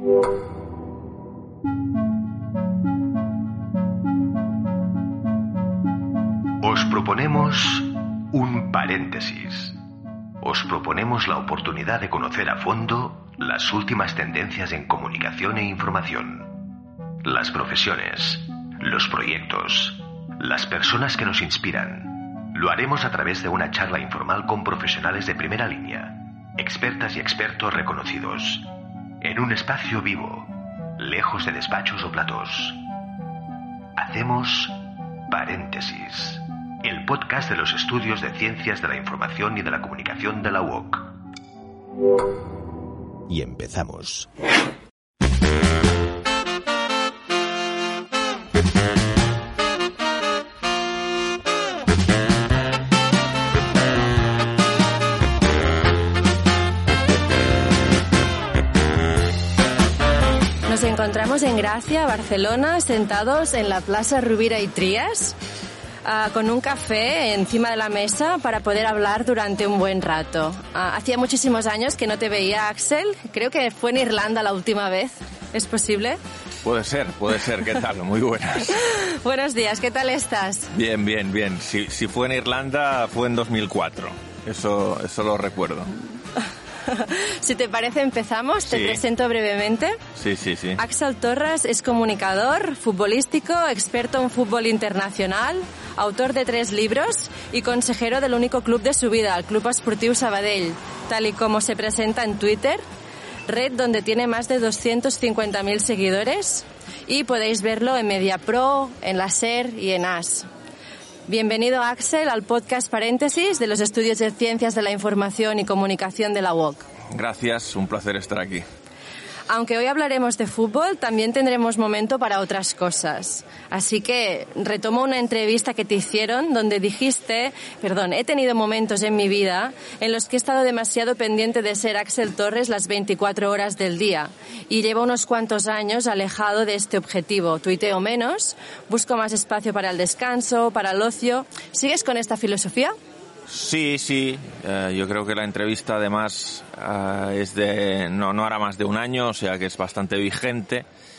Os proponemos un paréntesis. Os proponemos la oportunidad de conocer a fondo las últimas tendencias en comunicación e información. Las profesiones, los proyectos, las personas que nos inspiran. Lo haremos a través de una charla informal con profesionales de primera línea, expertas y expertos reconocidos, en un espacio vivo, lejos de despachos o platós. Hacemos Paréntesis, el podcast de los estudios de Ciencias de la Información y de la Comunicación de la UOC. Y empezamos. Nos encontramos en Gracia, Barcelona, sentados en la Plaza Rovira i Trias, con un café encima de la mesa para poder hablar durante un buen rato. Hacía muchísimos años que no te veía, Axel. Creo que fue en Irlanda la última vez. ¿Es posible? Puede ser. ¿Qué tal? Muy buenas. Buenos días, ¿qué tal estás? Bien. Si fue en Irlanda, fue en 2004. Eso lo recuerdo. Si te parece, empezamos. Te presento brevemente. Sí. Axel Torres es comunicador, futbolístico, experto en fútbol internacional, autor de 3 libros y consejero del único club de su vida, el Club Esportiu Sabadell, tal y como se presenta en Twitter, red donde tiene más de 250.000 seguidores, y podéis verlo en Mediapro, en la SER y en AS. Bienvenido, Axel, al podcast Paréntesis de los Estudios de Ciencias de la Información y Comunicación de la UOC. Gracias, un placer estar aquí. Aunque hoy hablaremos de fútbol, también tendremos momento para otras cosas. Así que retomo una entrevista que te hicieron donde dijiste, he tenido momentos en mi vida en los que he estado demasiado pendiente de ser Axel Torres las 24 horas del día y llevo unos cuantos años alejado de este objetivo. Tuiteo menos, busco más espacio para el descanso, para el ocio. ¿Sigues con esta filosofía? Sí. Yo creo que la entrevista además es de no hará más de un año, o sea que es bastante vigente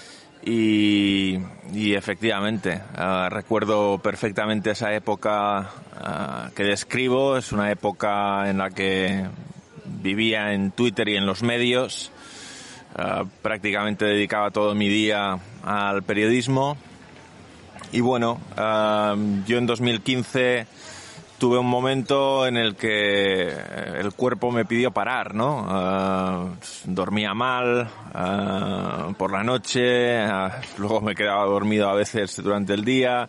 y efectivamente recuerdo perfectamente esa época que describo. Es una época en la que vivía en Twitter y en los medios, prácticamente dedicaba todo mi día al periodismo y bueno, yo en 2015 tuve un momento en el que el cuerpo me pidió parar, ¿no? Dormía mal por la noche, luego me quedaba dormido a veces durante el día.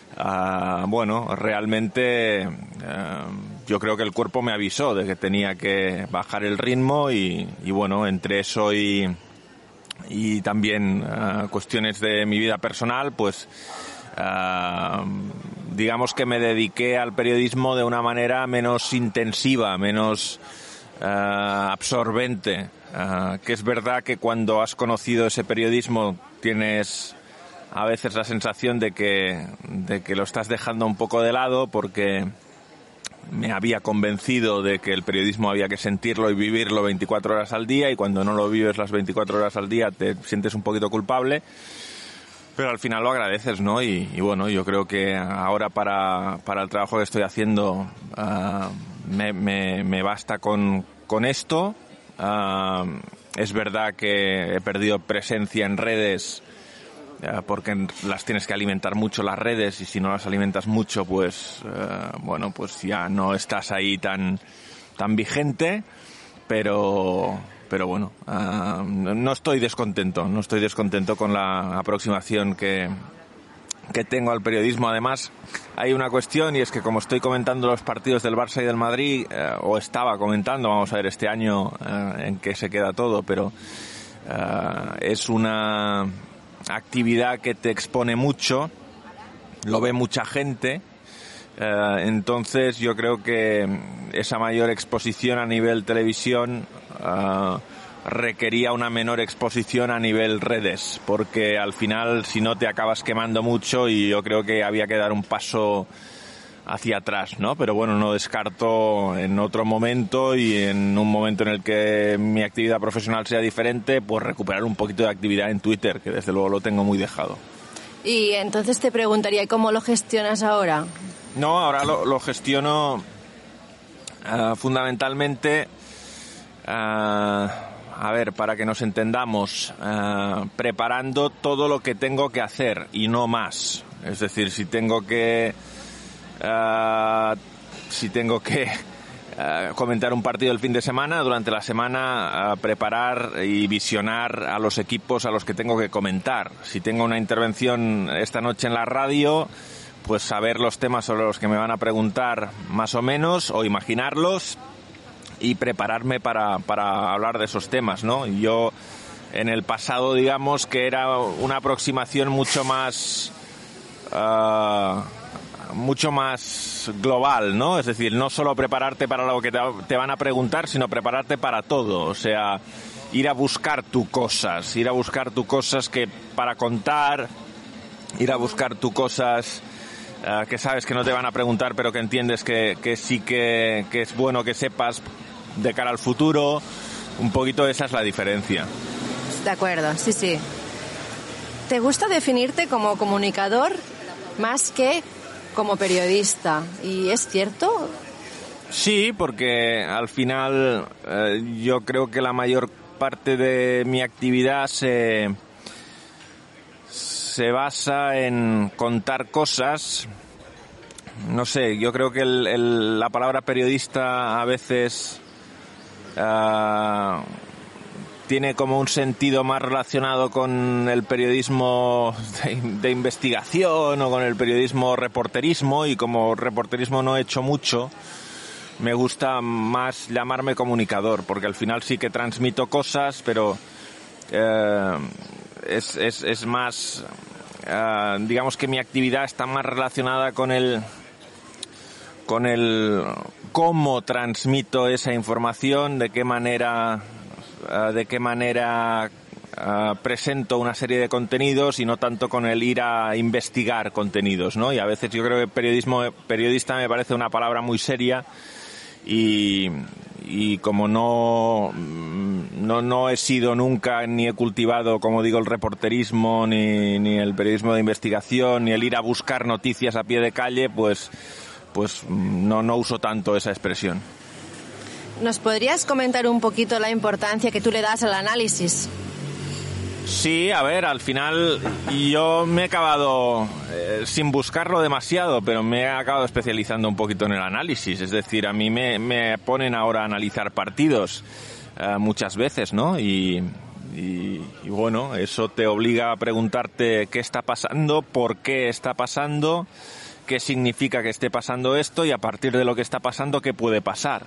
Realmente yo creo que el cuerpo me avisó de que tenía que bajar el ritmo y entre eso y también cuestiones de mi vida personal, pues digamos que me dediqué al periodismo de una manera menos intensiva, menos absorbente, que es verdad que cuando has conocido ese periodismo tienes a veces la sensación de que lo estás dejando un poco de lado, porque me había convencido de que el periodismo había que sentirlo y vivirlo 24 horas al día, y cuando no lo vives las 24 horas al día te sientes un poquito culpable. Pero al final lo agradeces, ¿no? Y yo creo que ahora para el trabajo que estoy haciendo me basta con esto. Es verdad que he perdido presencia en redes porque las tienes que alimentar mucho las redes, y si no las alimentas mucho, pues ya no estás ahí tan vigente, pero no estoy descontento con la aproximación que tengo al periodismo. Además, hay una cuestión, y es que como estoy comentando los partidos del Barça y del Madrid, o estaba comentando, vamos a ver este año en qué se queda todo, pero es una actividad que te expone mucho, lo ve mucha gente. Entonces yo creo que esa mayor exposición a nivel televisión requería una menor exposición a nivel redes, porque al final si no te acabas quemando mucho, y yo creo que había que dar un paso hacia atrás, ¿no? Pero bueno, no descarto en otro momento y en un momento en el que mi actividad profesional sea diferente, pues recuperar un poquito de actividad en Twitter, que desde luego lo tengo muy dejado. Y entonces te preguntaría, ¿cómo lo gestionas ahora? No, ahora lo gestiono fundamentalmente, a ver, para que nos entendamos, preparando todo lo que tengo que hacer y no más. Es decir, si tengo que comentar un partido el fin de semana, durante la semana preparar y visionar a los equipos a los que tengo que comentar. Si tengo una intervención esta noche en la radio, pues saber los temas sobre los que me van a preguntar más o menos, o imaginarlos y prepararme para hablar de esos temas, ¿no? Yo en el pasado, digamos que era una aproximación mucho más global, ¿no? Es decir, no solo prepararte para lo que te van a preguntar, sino prepararte para todo. O sea, ir a buscar tus cosas que para contar, ir a buscar tus cosas que sabes que no te van a preguntar, pero que entiendes que sí que es bueno que sepas de cara al futuro. Un poquito esa es la diferencia. De acuerdo, sí. ¿Te gusta definirte como comunicador más que como periodista? ¿Y es cierto? Sí, porque al final yo creo que la mayor parte de mi actividad se basa en contar cosas. No sé, yo creo que la palabra periodista a veces tiene como un sentido más relacionado con el periodismo de investigación o con el periodismo reporterismo, y como reporterismo no he hecho mucho, me gusta más llamarme comunicador, porque al final sí que transmito cosas, pero es más, digamos que mi actividad está más relacionada con el cómo transmito esa información, de qué manera presento una serie de contenidos, y no tanto con el ir a investigar contenidos, ¿no? Y a veces yo creo que periodista me parece una palabra muy seria, y como no he sido nunca, ni he cultivado, como digo, el reporterismo, ni el periodismo de investigación, ni el ir a buscar noticias a pie de calle, pues no uso tanto esa expresión. ¿Nos podrías comentar un poquito la importancia que tú le das al análisis? Sí, a ver, al final yo me he acabado, sin buscarlo demasiado, pero me he acabado especializando un poquito en el análisis. Es decir, a mí me ponen ahora a analizar partidos muchas veces, ¿no? Y bueno, eso te obliga a preguntarte qué está pasando, por qué está pasando, qué significa que esté pasando esto, y a partir de lo que está pasando, qué puede pasar.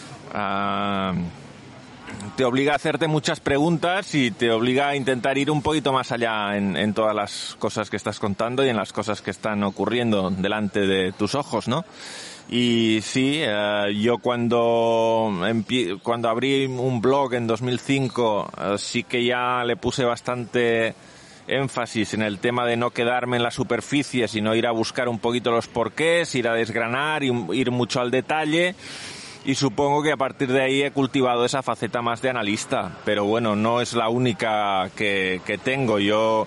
Te obliga a hacerte muchas preguntas y te obliga a intentar ir un poquito más allá en todas las cosas que estás contando y en las cosas que están ocurriendo delante de tus ojos, ¿no? Y sí, yo cuando abrí un blog en 2005, sí que ya le puse bastante énfasis en el tema de no quedarme en la superficie, sino ir a buscar un poquito los porqués, ir a desgranar y ir mucho al detalle. Y supongo que a partir de ahí he cultivado esa faceta más de analista, pero bueno, no es la única que tengo. Yo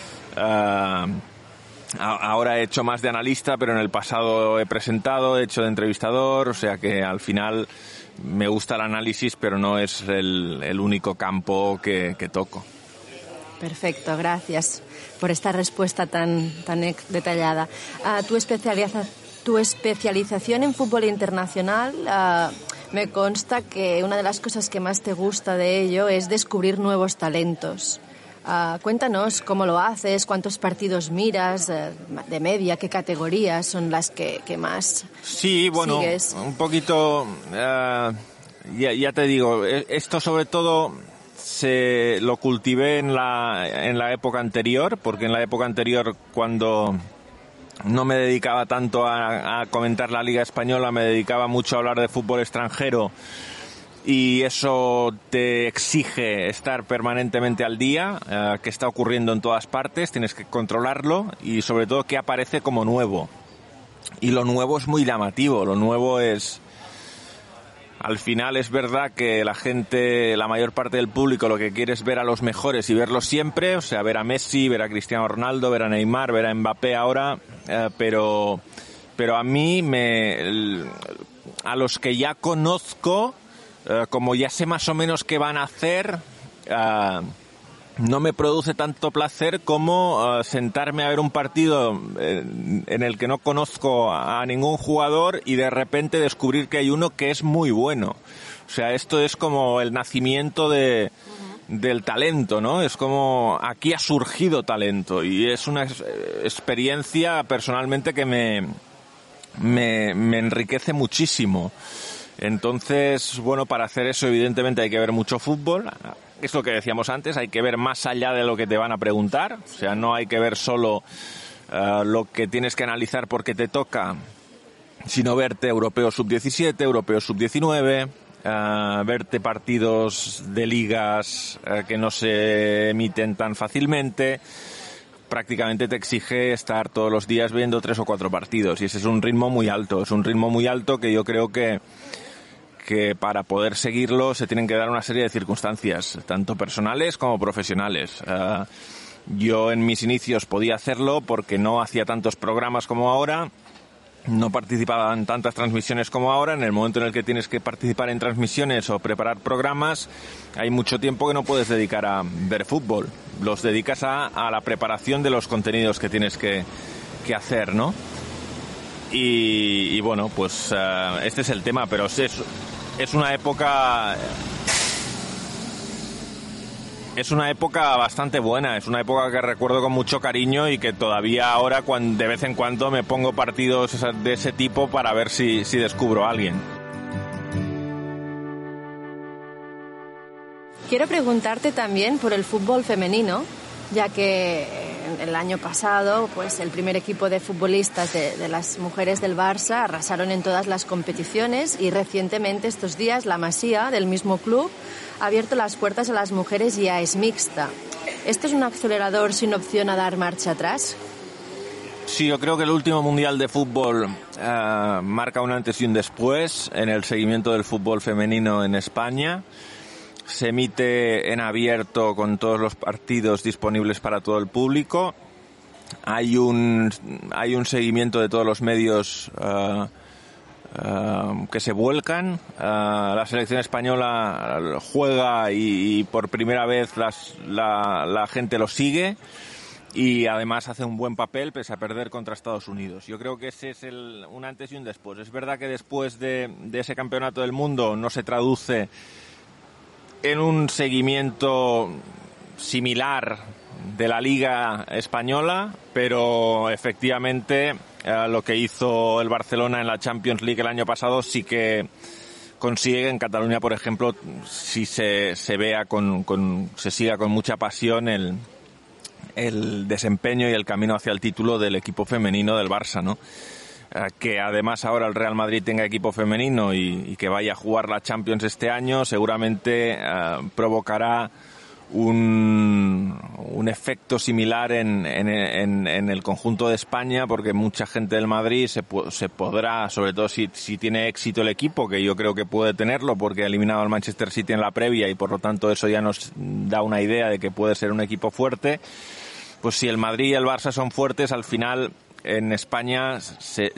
ahora he hecho más de analista, pero en el pasado he presentado, he hecho de entrevistador, o sea que al final me gusta el análisis, pero no es el único campo que toco. Perfecto, gracias por esta respuesta tan detallada. Tu especialización en fútbol internacional, me consta que una de las cosas que más te gusta de ello es descubrir nuevos talentos. Cuéntanos cómo lo haces, cuántos partidos miras, de media, qué categorías son las que más sí, bueno, sigues. Un poquito, ya te digo, esto sobre todo lo cultivé en la época anterior, porque en la época anterior, cuando no me dedicaba tanto a comentar la Liga Española, me dedicaba mucho a hablar de fútbol extranjero, y eso te exige estar permanentemente al día, qué está ocurriendo en todas partes, tienes que controlarlo, y sobre todo qué aparece como nuevo. y lo nuevo es muy llamativo. Lo nuevo es... Al final es verdad que la gente, la mayor parte del público, lo que quiere es ver a los mejores y verlos siempre, o sea, ver a Messi, ver a Cristiano Ronaldo, ver a Neymar, ver a Mbappé ahora, pero a mí, a los que ya conozco, como ya sé más o menos qué van a hacer, no me produce tanto placer como sentarme a ver un partido en el que no conozco a ningún jugador y de repente descubrir que hay uno que es muy bueno. O sea, esto es como el nacimiento del talento, ¿no? Es como aquí ha surgido talento y es una experiencia personalmente que me enriquece muchísimo. Entonces, bueno, para hacer eso evidentemente hay que ver mucho fútbol. Es lo que decíamos antes, hay que ver más allá de lo que te van a preguntar. O sea, no hay que ver solo lo que tienes que analizar porque te toca, sino verte europeo sub-17, europeo sub-19, verte partidos de ligas que no se emiten tan fácilmente. Prácticamente te exige estar todos los días viendo 3 o 4 partidos y ese es un ritmo muy alto. Es un ritmo muy alto que yo creo que para poder seguirlo se tienen que dar una serie de circunstancias, tanto personales como profesionales. Yo en mis inicios podía hacerlo porque no hacía tantos programas como ahora, no participaba en tantas transmisiones como ahora. En el momento en el que tienes que participar en transmisiones o preparar programas, hay mucho tiempo que no puedes dedicar a ver fútbol. Los dedicas a la preparación de los contenidos que tienes que hacer, ¿no? Y bueno, pues este es el tema, pero es una época... Es una época bastante buena, es una época que recuerdo con mucho cariño y que todavía ahora de vez en cuando me pongo partidos de ese tipo para ver si descubro a alguien. Quiero preguntarte también por el fútbol femenino, ya que el año pasado pues el primer equipo de futbolistas de las mujeres del Barça arrasaron en todas las competiciones y recientemente estos días la Masía del mismo club ha abierto las puertas a las mujeres y ya es mixta. ¿Esto es un acelerador sin opción a dar marcha atrás? Sí, yo creo que el último Mundial de Fútbol marca un antes y un después en el seguimiento del fútbol femenino en España. Se emite en abierto con todos los partidos disponibles para todo el público. Hay un seguimiento de todos los medios que se vuelcan. La selección española juega y por primera vez la gente lo sigue y además hace un buen papel pese a perder contra Estados Unidos. Yo creo que ese es un antes y un después. Es verdad que después de ese campeonato del mundo no se traduce en un seguimiento similar de la Liga Española, pero efectivamente lo que hizo el Barcelona en la Champions League el año pasado sí que consigue que en Cataluña, por ejemplo, si se siga con mucha pasión el desempeño y el camino hacia el título del equipo femenino del Barça, ¿no? Que además ahora el Real Madrid tenga equipo femenino y que vaya a jugar la Champions este año seguramente provocará un efecto similar en el conjunto de España, porque mucha gente del Madrid se podrá, sobre todo si tiene éxito el equipo, que yo creo que puede tenerlo porque ha eliminado al Manchester City en la previa y por lo tanto eso ya nos da una idea de que puede ser un equipo fuerte. Pues si el Madrid y el Barça son fuertes, al final en España se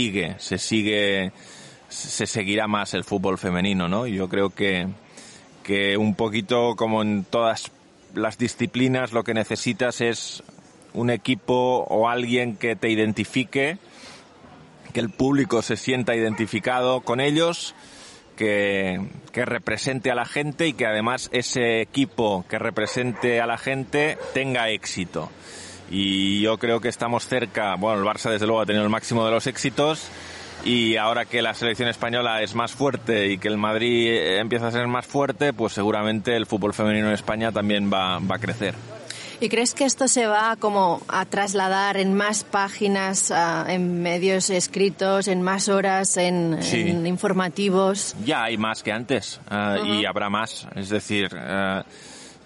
seguirá más el fútbol femenino, ¿no? Yo creo que un poquito como en todas las disciplinas lo que necesitas es un equipo o alguien que te identifique, que el público se sienta identificado con ellos, que represente a la gente y que además ese equipo que represente a la gente tenga éxito. Y yo creo que estamos cerca. Bueno, el Barça desde luego ha tenido el máximo de los éxitos y ahora que la selección española es más fuerte y que el Madrid empieza a ser más fuerte, pues seguramente el fútbol femenino en España también va a crecer. ¿Y crees que esto se va como a trasladar en más páginas, en medios escritos, en más horas, en informativos? Ya hay más que antes y habrá más. Es decir,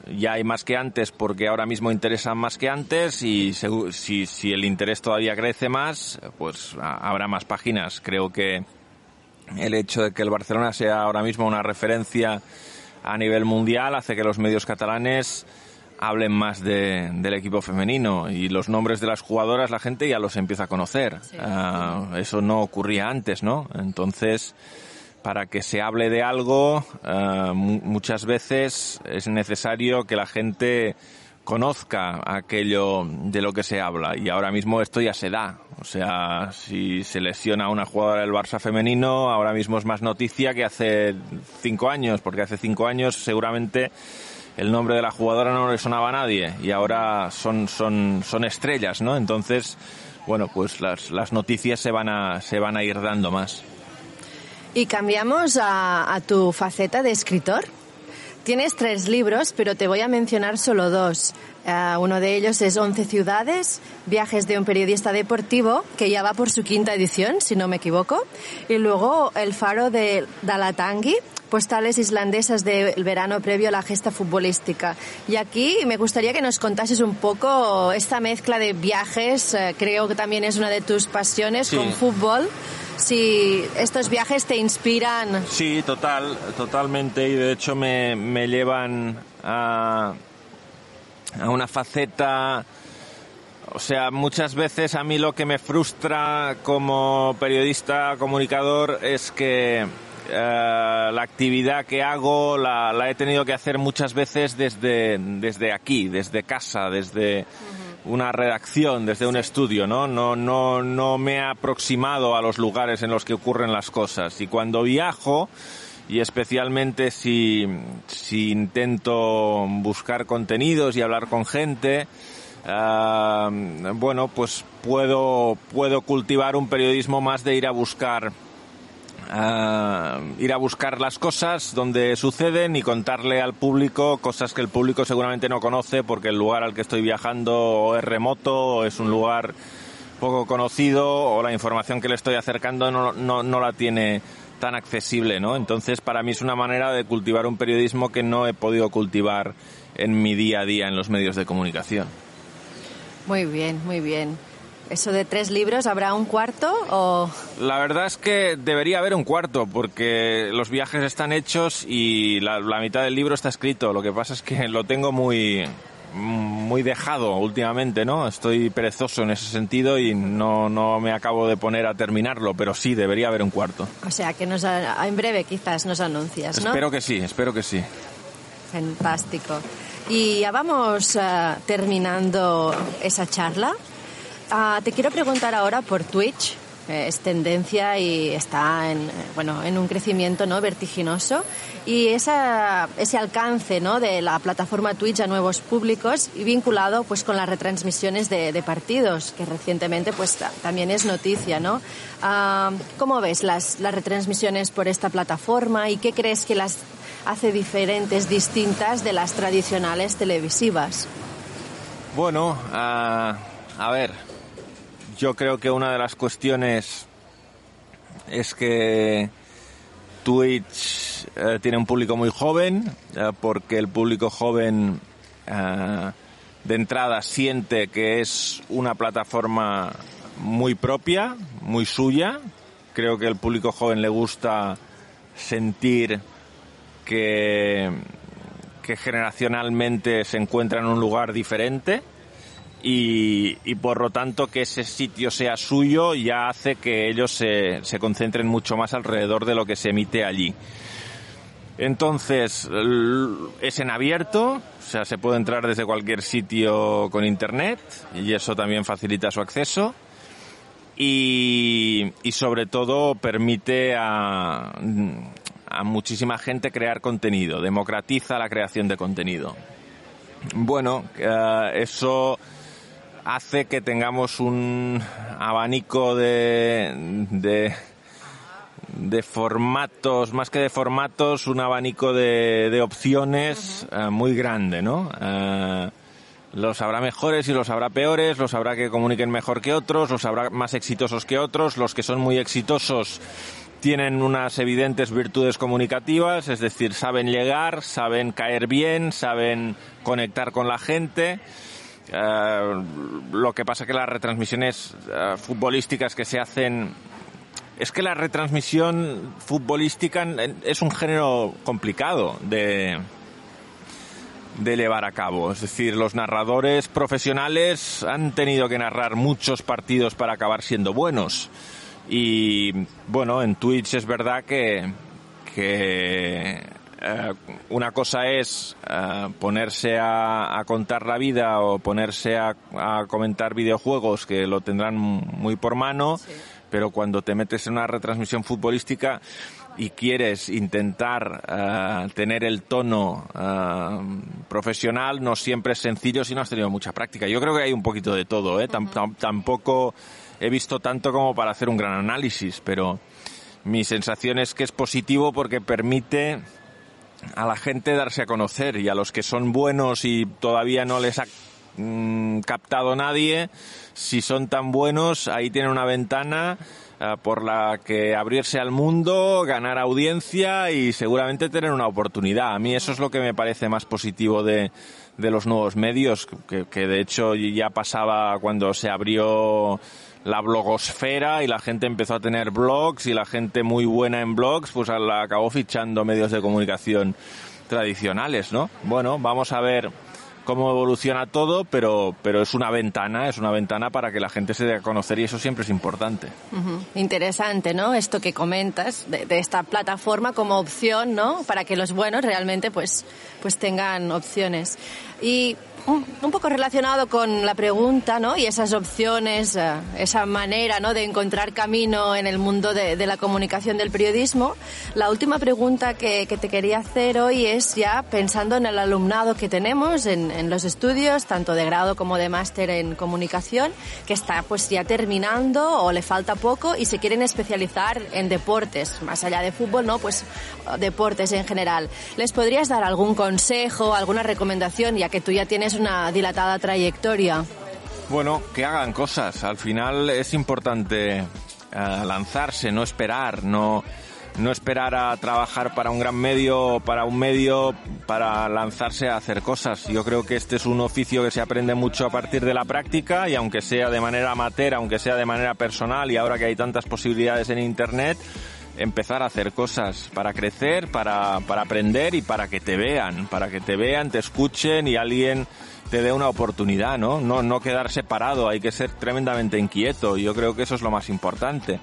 ya hay más que antes porque ahora mismo interesan más que antes, y si el interés todavía crece más, pues habrá más páginas. Creo que el hecho de que el Barcelona sea ahora mismo una referencia a nivel mundial hace que los medios catalanes hablen más del equipo femenino, y los nombres de las jugadoras la gente ya los empieza a conocer. Sí. Eso no ocurría antes, ¿no? Entonces, para que se hable de algo, muchas veces es necesario que la gente conozca aquello de lo que se habla, y ahora mismo esto ya se da. O sea, si se lesiona a una jugadora del Barça femenino, ahora mismo es más noticia que hace 5 años, porque hace 5 años seguramente el nombre de la jugadora no le sonaba a nadie, y ahora son estrellas, ¿no? Entonces, bueno, pues las noticias se van a ir dando más. Y cambiamos a tu faceta de escritor. Tienes 3 libros, pero te voy a mencionar solo 2. Uno de ellos es 11 ciudades, viajes de un periodista deportivo, que ya va por su 5ª edición, si no me equivoco. Y luego El faro de Dalatangui, postales islandesas del verano previo a la gesta futbolística. Y aquí me gustaría que nos contases un poco esta mezcla de viajes. Creo que también es una de tus pasiones, sí, con fútbol. Si estos viajes te inspiran. Sí, totalmente, y de hecho me llevan a una faceta. O sea, muchas veces a mí lo que me frustra como periodista, comunicador, es que la actividad que hago la he tenido que hacer muchas veces desde aquí, desde casa, desde una redacción, desde un estudio, ¿no? No me he aproximado a los lugares en los que ocurren las cosas. Y cuando viajo, y especialmente si intento buscar contenidos y hablar con gente, bueno, pues puedo cultivar un periodismo más de ir a buscar las cosas donde suceden y contarle al público cosas que el público seguramente no conoce, porque el lugar al que estoy viajando o es remoto o es un lugar poco conocido, o la información que le estoy acercando no la tiene tan accesible, ¿no? Entonces, para mí es una manera de cultivar un periodismo que no he podido cultivar en mi día a día en los medios de comunicación. Muy bien, muy bien. ¿Eso de 3 libros, habrá un cuarto o...? La verdad es que debería haber un cuarto, porque los viajes están hechos y la mitad del libro está escrito. Lo que pasa es que lo tengo muy dejado últimamente, ¿no? Estoy perezoso en ese sentido y no me acabo de poner a terminarlo, pero sí, debería haber un cuarto. O sea, que en breve quizás nos anuncias, ¿no? Espero que sí. Fantástico. Y ya vamos terminando esa charla. Te quiero preguntar ahora por Twitch. Es tendencia y está en un crecimiento, ¿no?, vertiginoso, y ese alcance, ¿no?, de la plataforma Twitch a nuevos públicos, y vinculado pues con las retransmisiones de partidos, que recientemente pues también es noticia, ¿no? ¿Cómo ves las retransmisiones por esta plataforma, y qué crees que las hace diferentes, distintas de las tradicionales televisivas? Bueno, a ver, yo creo que una de las cuestiones es que Twitch tiene un público muy joven, porque el público joven de entrada siente que es una plataforma muy propia, muy suya. Creo que al público joven le gusta sentir que generacionalmente se encuentra en un lugar diferente. Y por lo tanto que ese sitio sea suyo ya hace que ellos se concentren mucho más alrededor de lo que se emite allí. Entonces, es en abierto, o sea, se puede entrar desde cualquier sitio con internet, y eso también facilita su acceso, y sobre todo permite a muchísima gente crear contenido, democratiza la creación de contenido. Bueno, eso hace que tengamos un abanico de formatos, más que de formatos, un abanico de opciones muy grande, ¿no? Los habrá mejores y los habrá peores, los habrá que comuniquen mejor que otros, los habrá más exitosos que otros. Los que son muy exitosos tienen unas evidentes virtudes comunicativas, es decir, saben llegar, saben caer bien, saben conectar con la gente. Lo que pasa que las retransmisiones futbolísticas que se hacen... Es que la retransmisión futbolística es un género complicado de llevar a cabo. Es decir, los narradores profesionales han tenido que narrar muchos partidos para acabar siendo buenos. Y bueno, en Twitch es verdad que una cosa es ponerse a contar la vida o ponerse a comentar videojuegos, que lo tendrán muy por mano, sí. Pero cuando te metes en una retransmisión futbolística y quieres intentar tener el tono profesional, no siempre es sencillo si no has tenido mucha práctica. Yo creo que hay un poquito de todo, ¿eh? Tampoco he visto tanto como para hacer un gran análisis, pero mi sensación es que es positivo porque permite a la gente darse a conocer, y a los que son buenos y todavía no les ha captado nadie, si son tan buenos, ahí tienen una ventana por la que abrirse al mundo, ganar audiencia y seguramente tener una oportunidad. A mí eso es lo que me parece más positivo de los nuevos medios, que de hecho ya pasaba cuando se abrió la blogosfera y la gente empezó a tener blogs, y la gente muy buena en blogs pues la acabó fichando medios de comunicación tradicionales, ¿no? Bueno, vamos a ver cómo evoluciona todo, pero es una ventana para que la gente se dé a conocer, y eso siempre es importante. Uh-huh. Interesante, ¿no? Esto que comentas de esta plataforma como opción, ¿no? Para que los buenos realmente pues tengan opciones. Y un poco relacionado con la pregunta, ¿no? Y esas opciones, esa manera, ¿no? De encontrar camino en el mundo de la comunicación, del periodismo. La última pregunta que te quería hacer hoy es ya pensando en el alumnado que tenemos en los estudios, tanto de grado como de máster en comunicación, que está pues ya terminando o le falta poco y se quieren especializar en deportes, más allá de fútbol, ¿no? Pues deportes en general. ¿Les podrías dar algún consejo, alguna recomendación, ya que tú ya tienes una dilatada trayectoria? Bueno, que hagan cosas. Al final es importante lanzarse, no esperar, no esperar a trabajar para un gran medio o para un medio para lanzarse a hacer cosas. Yo creo que este es un oficio que se aprende mucho a partir de la práctica, y aunque sea de manera amateur, aunque sea de manera personal, y ahora que hay tantas posibilidades en Internet, empezar a hacer cosas para crecer, para aprender y para que te vean, te escuchen y alguien te dé una oportunidad, ¿no? No quedarse parado, hay que ser tremendamente inquieto. Yo creo que eso es lo más importante.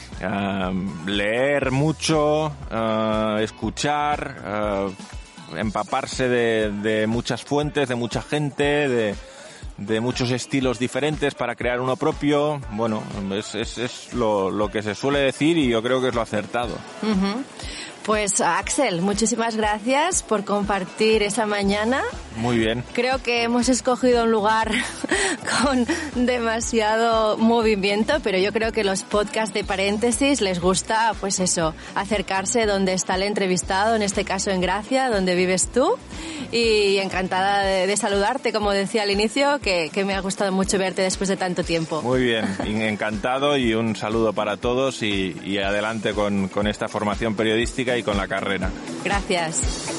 Leer mucho, escuchar, empaparse de muchas fuentes, de mucha gente, de muchos estilos diferentes para crear uno propio. Bueno, es lo que se suele decir, y yo creo que es lo acertado. Uh-huh. Pues Axel, muchísimas gracias por compartir esa mañana. Muy bien. Creo que hemos escogido un lugar con demasiado movimiento, pero yo creo que los podcasts de Paréntesis les gusta, pues eso, acercarse donde está el entrevistado, en este caso en Gracia, donde vives tú. Y encantada de saludarte, como decía al inicio, que me ha gustado mucho verte después de tanto tiempo. Muy bien, encantado, y un saludo para todos, y adelante con esta formación periodística y con la carrera. Gracias.